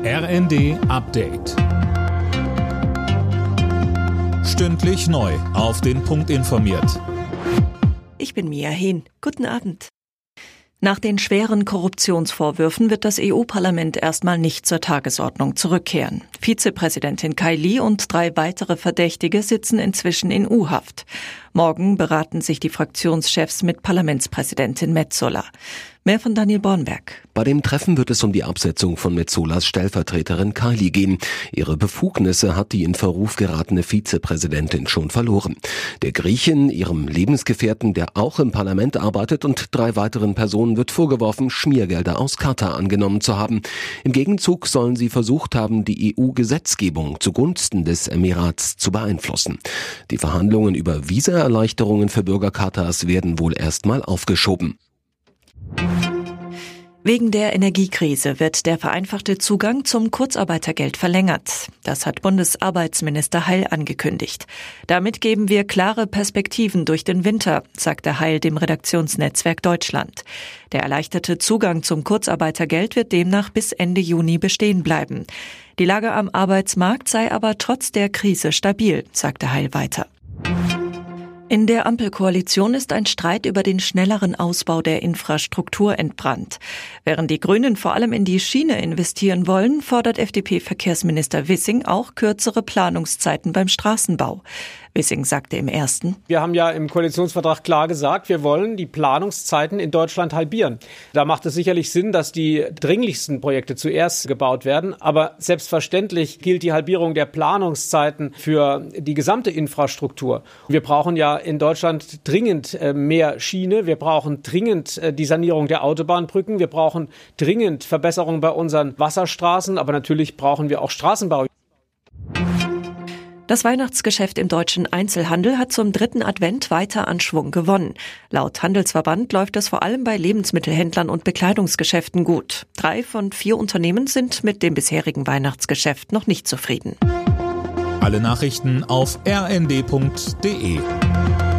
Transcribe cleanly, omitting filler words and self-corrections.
RND Update. Stündlich neu auf den Punkt informiert. Ich bin Mia Hehn. Guten Abend. Nach den schweren Korruptionsvorwürfen wird das EU-Parlament erstmal nicht zur Tagesordnung zurückkehren. Vizepräsidentin Kaili und 3 weitere Verdächtige sitzen inzwischen in U-Haft. Morgen beraten sich die Fraktionschefs mit Parlamentspräsidentin Metsola. Mehr von Daniel Bornberg. Bei dem Treffen wird es um die Absetzung von Metsolas Stellvertreterin Kaili gehen. Ihre Befugnisse hat die in Verruf geratene Vizepräsidentin schon verloren. Der Griechin, ihrem Lebensgefährten, der auch im Parlament arbeitet, und 3 weiteren Personen wird vorgeworfen, Schmiergelder aus Katar angenommen zu haben. Im Gegenzug sollen sie versucht haben, die EU-Gesetzgebung zugunsten des Emirats zu beeinflussen. Die Verhandlungen über Visaerleichterungen für Bürger Katars werden wohl erstmal aufgeschoben. Wegen der Energiekrise wird der vereinfachte Zugang zum Kurzarbeitergeld verlängert. Das hat Bundesarbeitsminister Heil angekündigt. Damit geben wir klare Perspektiven durch den Winter, sagte Heil dem Redaktionsnetzwerk Deutschland. Der erleichterte Zugang zum Kurzarbeitergeld wird demnach bis Ende Juni bestehen bleiben. Die Lage am Arbeitsmarkt sei aber trotz der Krise stabil, sagte Heil weiter. In der Ampelkoalition ist ein Streit über den schnelleren Ausbau der Infrastruktur entbrannt. Während die Grünen vor allem in die Schiene investieren wollen, fordert FDP-Verkehrsminister Wissing auch kürzere Planungszeiten beim Straßenbau. Wissing sagte im Ersten: Wir haben ja im Koalitionsvertrag klar gesagt, wir wollen die Planungszeiten in Deutschland halbieren. Da macht es sicherlich Sinn, dass die dringlichsten Projekte zuerst gebaut werden. Aber selbstverständlich gilt die Halbierung der Planungszeiten für die gesamte Infrastruktur. Wir brauchen ja in Deutschland dringend mehr Schiene. Wir brauchen dringend die Sanierung der Autobahnbrücken. Wir brauchen dringend Verbesserungen bei unseren Wasserstraßen. Aber natürlich brauchen wir auch Straßenbau. Das Weihnachtsgeschäft im deutschen Einzelhandel hat zum 3. Advent weiter an Schwung gewonnen. Laut Handelsverband läuft es vor allem bei Lebensmittelhändlern und Bekleidungsgeschäften gut. 3 von 4 Unternehmen sind mit dem bisherigen Weihnachtsgeschäft noch nicht zufrieden. Alle Nachrichten auf rnd.de.